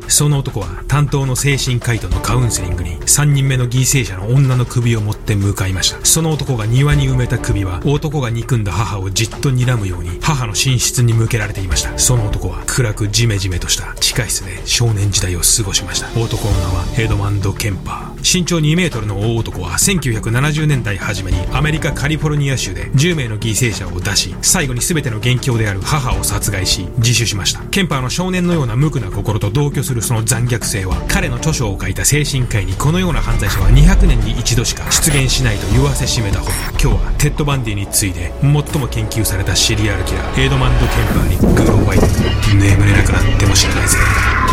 その男は担当の精神科医とのカウンセリングに3人目の犠牲者の女の首を持って向かいました。その男が庭に埋めた首は男が憎んだ母をじっと睨むように母の寝室に向けられていました。その男は暗くジメジメとした地下室で少年時代を過ごしました。男の名はエドマンド・ケンパー。身長2メートルの大男は1970年代初めにアメリカカリフォルニア州で10名の犠牲者を出し、最後に全ての元凶である母を殺害し自首しました。ケンパーの少年のような無垢な心と同居するその残虐性は、彼の著書を書いた精神科医にこのような犯罪者は200年に一度しか出現しないと言わせしめたほど。今日はテッド・バンディに次いで最も研究されたシリアルキラーエドマンド・ケンパーにグローファイリング、眠れなくなっても知らないぜ。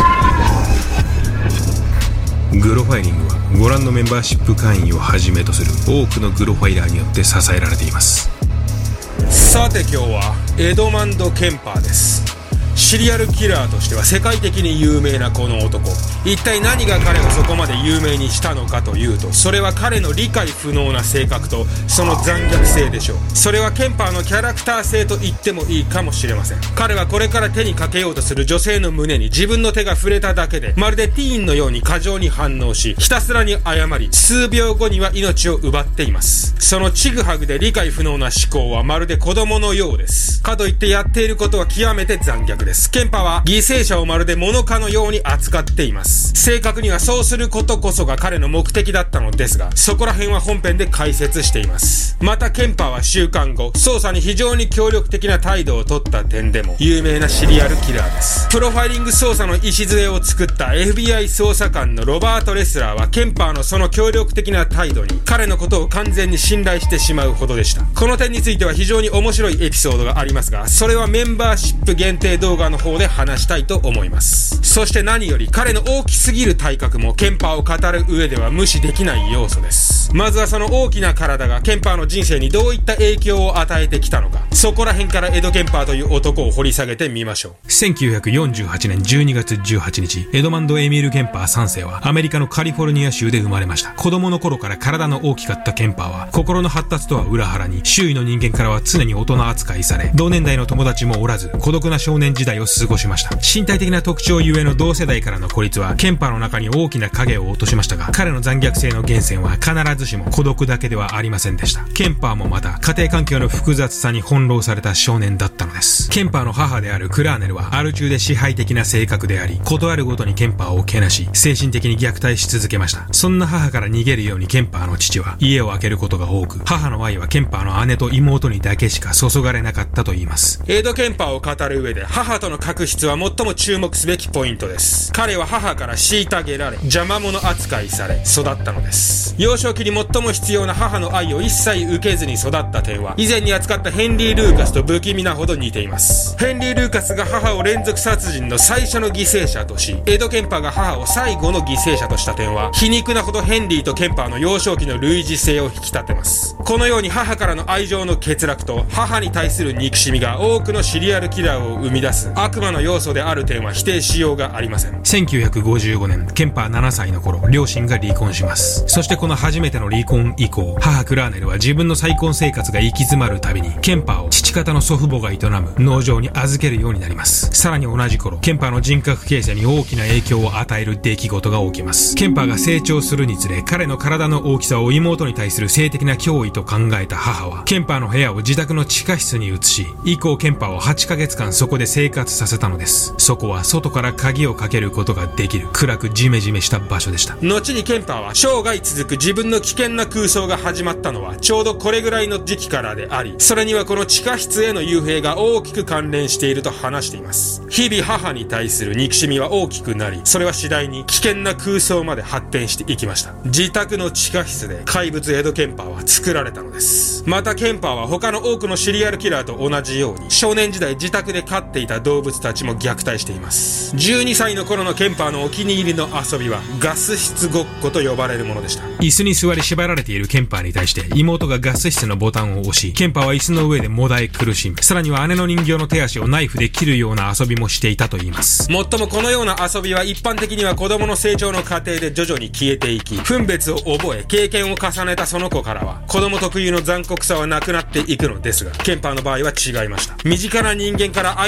グロファイリングはご覧のメンバーシップ会員をはじめとする多くのグロファイラーによって支えられています。 さて今日はエドマンド・ケンパーです。シリアルキラーとしては世界的に有名なこの男、一体何が彼をそこまで有名にしたのかというと、それは彼の理解不能な性格とその残虐性でしょう。それはケンパーのキャラクター性と言ってもいいかもしれません。彼はこれから手にかけようとする女性の胸に自分の手が触れただけで、まるでティーンのように過剰に反応し、ひたすらに謝り、数秒後には命を奪っています。そのちぐはぐで理解不能な思考はまるで子供のようです。かといってやっていることは極めて残虐です。ケンパーは犠牲者をまるで物かのように扱っています。正確にはそうすることこそが彼の目的だったのですが、そこら辺は本編で解説しています。またケンパーは週間後、捜査に非常に協力的な態度を取った点でも有名なシリアルキラーです。プロファイリング捜査の礎を作った FBI 捜査官のロバート・レスラーはケンパーのその協力的な態度に彼のことを完全に信頼してしまうほどでした。この点については非常に面白いエピソードがありますが、それはメンバーシップ限定動画の方で話したいと思います。そして何より彼の大きすぎる体格もケンパーを語る上では無視できない要素です。まずはその大きな体がケンパーの人生にどういった影響を与えてきたのか、そこら辺からエド・ケンパーという男を掘り下げてみましょう。 1948年12月18日、エドマンド・エミール・ケンパー3世はアメリカのカリフォルニア州で生まれました。子供の頃から体の大きかったケンパーは心の発達とは裏腹に周囲の人間からは常に大人扱いされ、同年代の友達もおらず孤独な少年時代を過ごしました。身体的な特徴ゆえの同世代からの孤立はケンパーの中に大きな影を落としましたが、彼の残虐性の源泉は必ずしも孤独だけではありませんでした。ケンパーもまた家庭環境の複雑さに翻弄された少年だったのです。ケンパーの母であるクラーネルはアル中で支配的な性格であり、ことあるごとにケンパーをけなし精神的に虐待し続けました。そんな母から逃げるようにケンパーの父は家を空けることが多く、母の愛はケンパーの姉と妹にだけしか注がれなかったと言います。 エド・ケンパーを語る上で母との確執は最も注目すべきポイントです。彼は母から虐げられ邪魔者扱いされ育ったのです。幼少期に最も必要な母の愛を一切受けずに育った点は以前に扱ったヘンリー・ルーカスと不気味なほど似ています。ヘンリー・ルーカスが母を連続殺人の最初の犠牲者とし、エド・ケンパーが母を最後の犠牲者とした点は皮肉なほどヘンリーとケンパーの幼少期の類似性を引き立てます。このように母からの愛情の欠落と母に対する憎しみが多くのシリアルキラーを生み出す悪魔の要素である点は否定しようがありません。 1955年、ケンパー7歳の頃、両親が離婚します。そしてこの初めての離婚以降、母クラーネルは自分の再婚生活が行き詰まるたびにケンパーを父方の祖父母が営む農場に預けるようになります。さらに同じ頃、ケンパーの人格形成に大きな影響を与える出来事が起きます。ケンパーが成長するにつれ、彼の体の大きさを妹に対する性的な脅威と考えた母はケンパーの部屋を自宅の地下室に移し、以降ケンパーを8ヶ月間そこで生活させたのです。そこは外から鍵をかけることができる暗くジメジメした場所でした。 後にケンパーは生涯続く自分の危険な空想が始まったのはちょうどこれぐらいの時期からであり、それにはこの地下室への幽閉が大きく関連していると話しています。日々母に対する憎しみは大きくなり、それは次第に危険な空想まで発展していきました。自宅の地下室で怪物エド・ケンパーは作られたのです。またケンパーは他の多くのシリアルキラーと同じように少年時代自宅で飼っていた動物たちも虐待しています。12歳の頃のケンパーのお気に入りの遊びはガス室ごっこと呼ばれるものでした。 椅子に座り縛られているケンパーに対して妹がガス室のボタンを押し、ケンパーは椅子の上でもだえ苦しみ、さらには姉の人形の手足をナイフで切るような遊びもしていたといいます。 もっともこのような遊びは一般的には子供の成長の過程で徐々に消えていき、分別を覚え経験を重ねたその子からは子供特有の残酷さはなくなっていくのですが、ケンパーの場合は違いました。身近な人間から愛情を一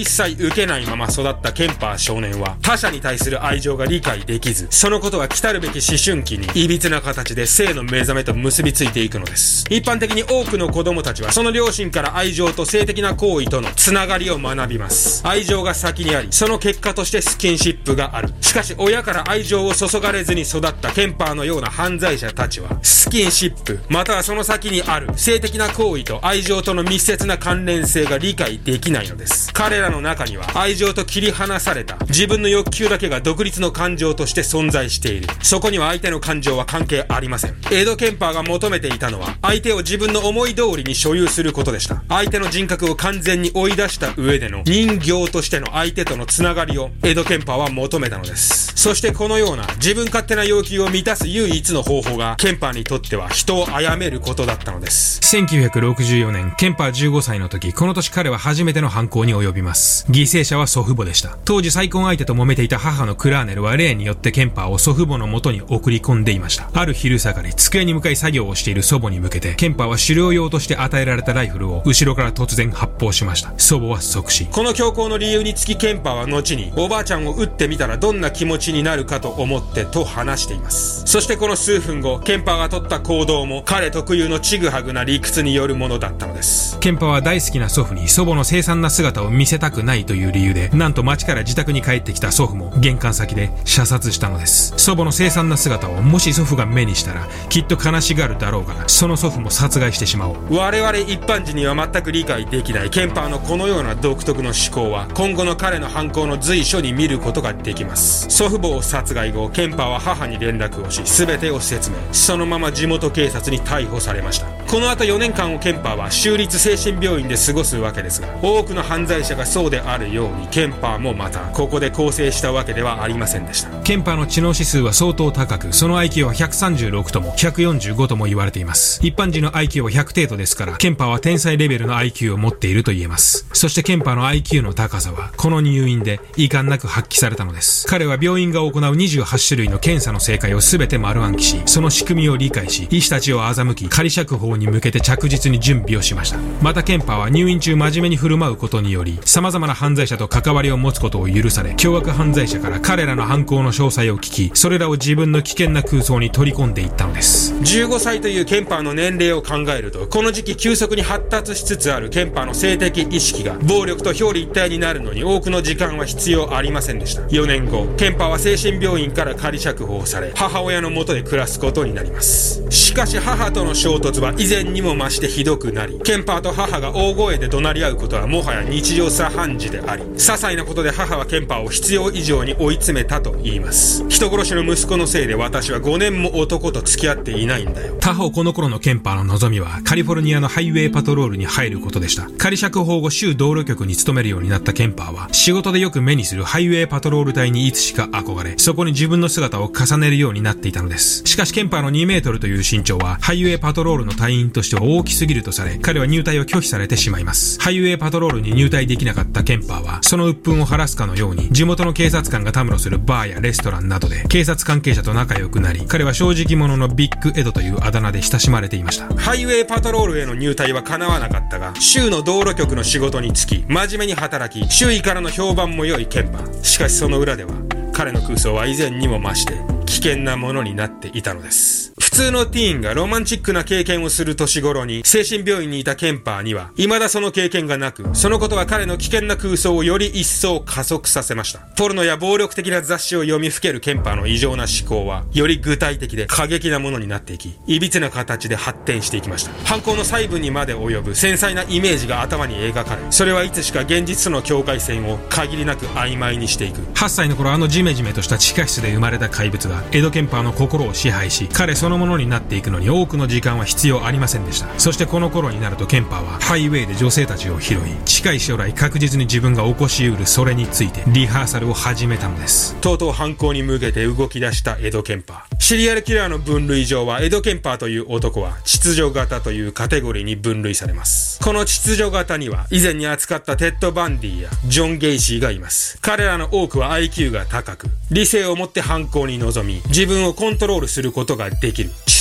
一切受けないまま育ったケンパー少年は他者に対する愛情が理解できず、そのことは来たるべき思春期に歪な形で性の目覚めと結びついていくのです。一般的に多くの子供たちはその両親から愛情と性的な行為とのつながりを学びます。愛情が先にあり、その結果としてスキンシップがある。しかし親から愛情を注がれずに育ったケンパーのような犯罪者たちはスキンシップまたはその先にある性的な行為と愛情との密接な関連性が理解できないのです。彼らの中には愛情と切り離された自分の欲求だけが独立の感情として存在している。そこには相手の感情は関係ありません。エド・ケンパーが求めていたのは相手を自分の思い通りに所有することでした。相手の人格を完全に追い出した上での人形としての相手とのつながりをエド・ケンパーは求めたのです。そしてこのような自分勝手な要求を満たす唯一の方法がケンパーにとっては人を殺めることだったのです。 1964年、ケンパー15歳の時、この年彼は初めての犯行に及びます。犠牲者は祖父母でした。当時再婚相手と揉めていた母のクラーネルは例によってケンパーを祖父母の元に送り込んでいました。ある昼下がり、机に向かい作業をしている祖母に向けて、ケンパーは狩猟用として与えられたライフルを後ろから突然発砲しました。祖母は即死。 この強行の理由につきケンパーは後におばあちゃんを撃ってみたらどんな気持ちになるかと思ってと話しています。そしてこの数分後、ケンパーが取った行動も彼特有のちぐはぐな理屈によるものだったのです。 ケンパーは大好きな祖父に祖母の凄惨な姿を見せたくないという理由で、なんと町から自宅に帰ってきた祖父も玄関先で射殺したのです。祖母の凄惨な姿をもし祖父が目にしたらきっと悲しがるだろうから、その祖父も殺害してしまおう。 我々一般人には全く理解できないケンパーのこのような独特の思考は今後の彼の犯行の随所に見ることができます。祖父母を殺害後、ケンパーは母に連絡をし全てを説明。そのまま地元警察に逮捕されました。この後4年間をケンパーは州立精神病院で過ごすわけですが、多くの犯罪者がそうであるようにケンパーもまたここで更生したわけではありませんでした。 ケンパーの知能指数は相当高く、その IQ は136とも145とも言われています。一般人の IQ は100程度ですから、ケンパーは天才レベルの IQ を持っていると言えます。そしてケンパーの IQ の高さはこの入院で遺憾なく発揮されたのです。彼は病院が行う28種類の検査の正解を全て丸暗記し、その仕組みを理解し、医師たちを欺き仮釈放に向けて着実に準備をしました。またケンパーは入院中真面目に振る舞うことにより、様々な犯罪者と関わりを持つことを許され、凶悪犯罪者から彼らの犯行の詳細を聞き、それらを自分の危険な空想に取り込んでいったのです。 15歳というケンパーの年齢を考えると、この時期急速に発達しつつあるケンパーの性的意識が暴力と表裏一体になるのに多くの時間は必要ありませんでした。4年後、ケンパーは精神病院から仮釈放され、母親の元で暮らすことになります。しかし母との衝突は以前にも増してひどくなり、ケンパーと母が大声で怒鳴り合うことはもはや日常茶飯事であり、些細なことで母はケンパーを必要以上に追い詰めたと言います。人殺しの息子のせいで私は5年も男と付き合っていないんだよ。 他方この頃のケンパーの望みはカリフォルニアのハイウェイパトロールに入ることでした。仮釈放後州道路局に勤めるようになったケンパーは仕事でよく目にするハイウェイパトロール隊にいつしか憧れ、そこに自分の姿を重ねるようになっていたのです。しかしケンパーの2メートルという身長はハイウェイパトロールの隊員としては大きすぎるとされ、彼は入隊を拒否されてしまいます。ハイウェイパトロールに入隊できなかったケンパーはその鬱憤を晴らすかのように地元の警察官がたむろするバーやレストランなどで警察関係者と仲良くなり、彼は正直者のビッグエドというあだ名で親しまれていました。 ハイウェイパトロールへの入隊は叶わなかったが、州の道路局の仕事に就き真面目に働き、周囲からの評判も良いケンパー。しかしその裏では彼の空想は以前にも増して危険なものになっていたのです。普通のティーンがロマンチックな経験をする年頃に精神病院にいたケンパーには未だその経験がなく、そのことは彼の危険な空想をより一層加速させました。ポルノや暴力的な雑誌を読みふけるケンパーの異常な思考はより具体的で過激なものになっていき、歪な形で発展していきました。犯行の細部にまで及ぶ繊細なイメージが頭に描かれ、それはいつしか現実との境界線を限りなく曖昧にしていく。 8歳の頃、あのジメジメとした地下室で生まれた怪物がエド・ケンパーの心を支配し、彼そのものになっていくのに多くの時間は必要ありませんでした。そしてこの頃になるとケンパーはハイウェイで女性たちを拾い、近い将来確実に自分が起こしうるそれについてリハーサルを始めたのです。 とうとう犯行に向けて動き出したエド・ケンパー。シリアルキラーの分類上はエド・ケンパーという男は秩序型というカテゴリーに分類されます。この秩序型には以前に扱ったテッド・バンディやジョン・ゲイシーがいます。彼らの多くは IQ が高く、理性を持って犯行に臨み、自分をコントロールすることができる。秩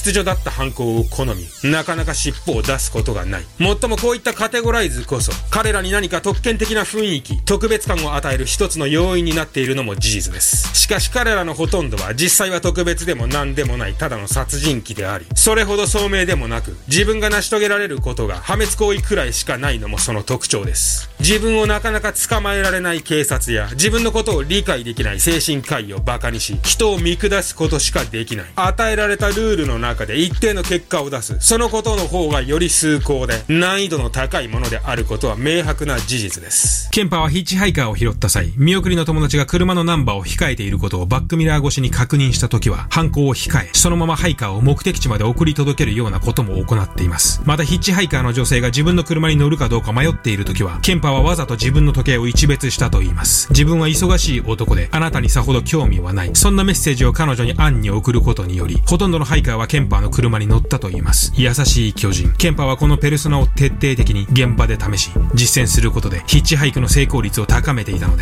秩序だった犯行を好み、なかなか尻尾を出すことがない。もっともこういったカテゴライズこそ彼らに何か特権的な雰囲気、特別感を与える一つの要因になっているのも事実です。しかし彼らのほとんどは実際は特別でも何でもないただの殺人鬼であり、それほど聡明でもなく、自分が成し遂げられることが破滅行為くらいしかないのもその特徴です。自分をなかなか捕まえられない警察や自分のことを理解できない精神科医をバカにし、人を見下すことしかできない。与えられたルールの中で一定の結果を出す、そのことの方がより崇高で難易度の高いものであることは明白な事実です。 ケンパーはヒッチハイカーを拾った際、見送りの友達が車のナンバーを控えていることをバックミラー越しに確認した時は犯行を控え、そのままハイカーを目的地まで送り届けるようなことも行っています。またヒッチハイカーの女性が自分の車に乗るかどうか迷っている時は、ケンパーはわざと自分の時計を一別したと言います。自分は忙しい男であなたにさほど興味はない、そんなメッセージを彼女に暗に送ることにより、ほとんどのハイカーはケンパーの車に乗ったと言います。優しい巨人ケンパーはこのペルソナを徹底的に現場で試し実践することでヒッチハイクの成功率を高めていたのです。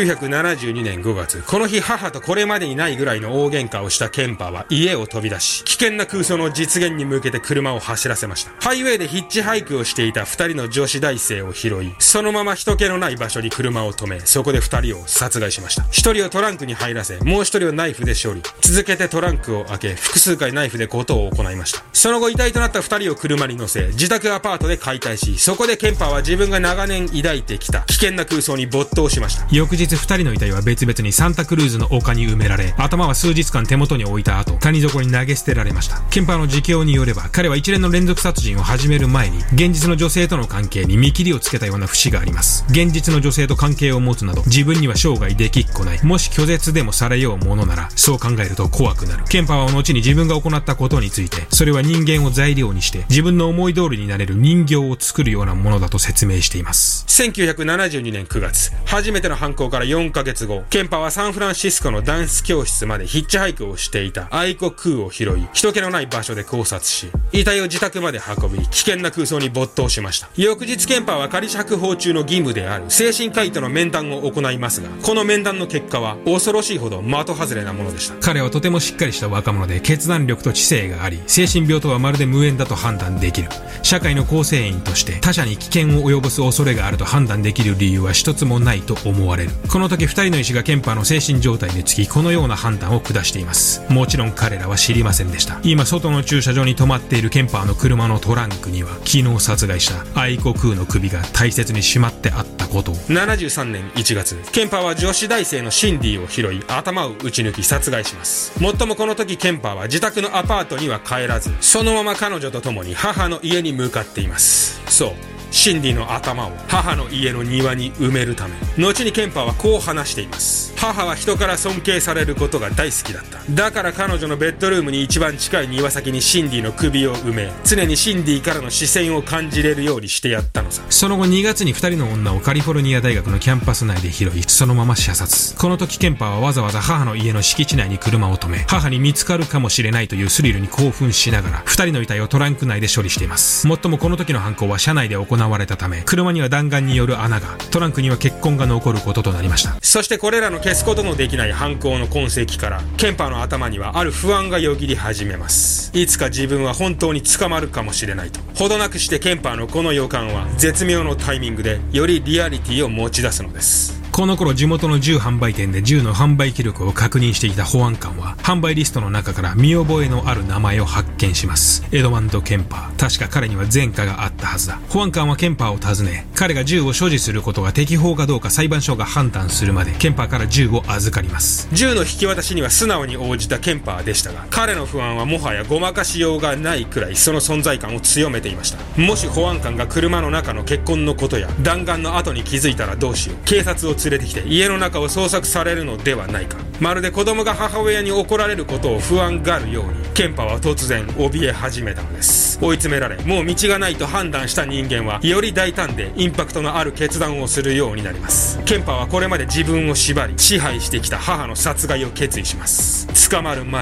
1972年5月、この日母とこれまでにないぐらいの大喧嘩をしたケンパーは家を飛び出し、危険な空想の実現に向けて車を走らせました。ハイウェイでヒッチハイクをしていた2人の女子大生を拾い、そのまま人気のない場所に車を止め、そこで2人を殺害しました。1人をトランクに入らせ、もう1人をナイフで処理、続けてトランクを開け、複数回ナイフで事を行いました。その後遺体となった2人を車に乗せ、自宅アパートで解体し、そこでケンパーは自分が長年抱いてきた危険な空想に没頭しました。 翌日2人の遺体は別々にサンタクルーズの丘に埋められ、頭は数日間手元に置いた後、谷底に投げ捨てられました。ケンパーの自供によれば、彼は一連の連続殺人を始める前に現実の女性との関係に見切りをつけたような節があります。現実の女性と関係を持つなど自分には生涯できっこない、もし拒絶でもされようものならそう考えると怖くなる。ケンパーは後に自分が行ったことについて、それは人間を材料にして自分の思い通りになれる人形を作るようなものだと説明しています。 1972年9月、初めての犯行から4ヶ月後、ケンパーはサンフランシスコのダンス教室までヒッチハイクをしていたアイコ・クーを拾い、人気のない場所で考察し、遺体を自宅まで運び、危険な空想に没頭しました。翌日ケンパーは仮釈放中の義務である精神科医との面談を行いますが、この面談の結果は恐ろしいほど的外れなものでした。 彼はとてもしっかりした若者で決断力と知性があり、精神病とはまるで無縁だと判断できる。社会の構成員として他者に危険を及ぼす恐れがあると判断できる理由は一つもないと思われる。この時2人の医師がケンパーの精神状態につきこのような判断を下しています。もちろん彼らは知りませんでした。今外の駐車場に止まっているケンパーの車のトランクには、昨日殺害したアイコ・クーの首が大切にしまってあったことを。 73年1月、ケンパーは女子大生のシンディを拾い、頭を撃ち抜き殺害します。もっともこの時ケンパーは自宅のアパートには帰らず、そのまま彼女と共に母の家に向かっています。そう、シンディの頭を母の家の庭に埋めるため。後にケンパーはこう話しています。母は人から尊敬されることが大好きだった。だから彼女のベッドルームに一番近い庭先にシンディの首を埋め、常にシンディからの視線を感じれるようにしてやったのさ。 その後2月に2人の女をカリフォルニア大学のキャンパス内で拾い、そのまま射殺。この時ケンパーはわざわざ母の家の敷地内に車を止め、母に見つかるかもしれないというスリルに興奮しながら2人の遺体をトランク内で処理しています。もっともこの時の犯行は車内で行われたため、車には弾丸による穴が、トランクには血痕が残ることとなりました。 そしてこれらの消すことのできない犯行の痕跡から、ケンパーの頭にはある不安がよぎり始めます。いつか自分は本当に捕まるかもしれないと。ほどなくしてケンパーのこの予感は絶妙のタイミングでよりリアリティを持ち出すのです。 この頃地元の銃販売店で銃の販売記録を確認していた保安官は、販売リストの中から見覚えのある名前を発見します。エドマンド・ケンパー。確か彼には前科があったはずだ。保安官はケンパーを訪ね、彼が銃を所持することが適法かどうか裁判所が判断するまでケンパーから銃を預かります。 銃の引き渡しには素直に応じたケンパーでしたが、彼の不安はもはやごまかしようがないくらいその存在感を強めていました。もし保安官が車の中の血痕のことや弾丸の後に気づいたらどうしよう。警察を連れてきて家の中を捜索されるのではないか。まるで子供が母親に怒られることを不安がるように、ケンパーは突然怯え始めたのです。追い詰められ、もう道がないと判断した人間は、より大胆でインパクトのある決断をするようになります。ケンパーはこれまで自分を縛り支配してきた母の殺害を決意します。捕まる前に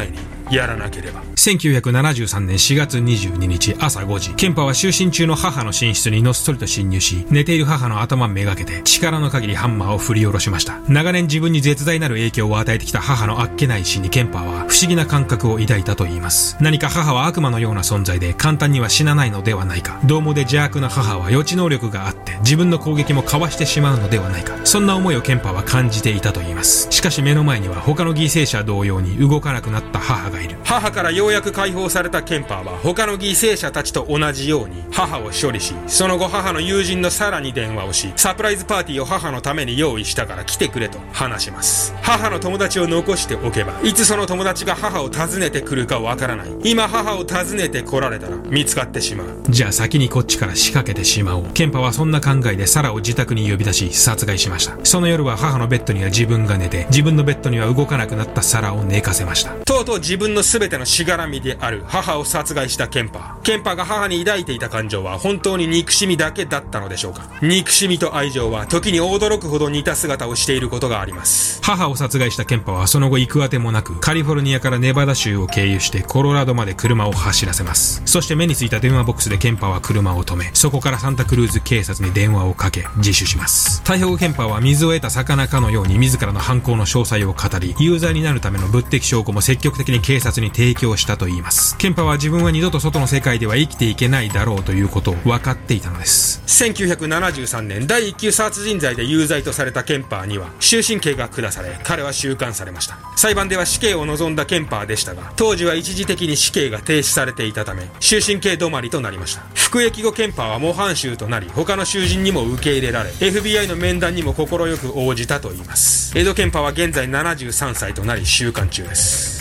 やらなければ。 1973年4月22日朝5時、ケンパは就寝中の母の寝室にのっそりと侵入し、寝ている母の頭めがけて力の限りハンマーを振り下ろしました。長年自分に絶大なる影響を与えてきた母のあっけない死にケンパは不思議な感覚を抱いたと言います。何か母は悪魔のような存在で簡単には死なないのではないか。獰猛で邪悪な母は予知能力があって自分の攻撃もかわしてしまうのではないか。そんな思いをケンパは感じていたと言います。しかし目の前には他の犠牲者同様に動かなくなった母がいる。 母からようやく解放されたケンパーは他の犠牲者たちと同じように母を処理し、その後母の友人のサラに電話をし、サプライズパーティーを母のために用意したから来てくれと話します。母の友達を残しておけばいつその友達が母を訪ねてくるかわからない。今母を訪ねて来られたら見つかってしまう。 じゃあ先にこっちから仕掛けてしまおう。ケンパはそんな考えでサラを自宅に呼び出し殺害しました。その夜は母のベッドには自分が寝て、自分のベッドには動かなくなったサラを寝かせました。 とうとう自分の全てのしがらみである母を殺害したケンパーが母に抱いていた感情は本当に憎しみだけだったのでしょうか。憎しみと愛情は時に驚くほど似た姿をしていることがあります。 母を殺害したケンパはその後行くあてもなく、カリフォルニアからネバダ州を経由してコロラドまで車を走らせます。そして目についた電話ボックスでケンパは車を止め、そこからサンタクルーズ警察に電話をかけ自首します。逮捕後ケンパは水を得た魚かのように自らの犯行の詳細を語り、有罪になるための物的証拠も積極的に警察に提供したといいます。ケンパは自分は二度と外の世界では生きていけないだろうということを分かっていたのです。 1973年第1級殺人罪で有罪とされたケンパーには終身刑が下され、彼は収監されました。裁判では死刑を望んだケンパーでしたが、当時は一時的に死刑が停止されていたため終身刑止まりとなりました。服役後ケンパーは模範囚となり、他の囚人にも受け入れられ、 FBI の面談にも快く応じたといいます。エド・ケンパーは現在73歳となり収監中です。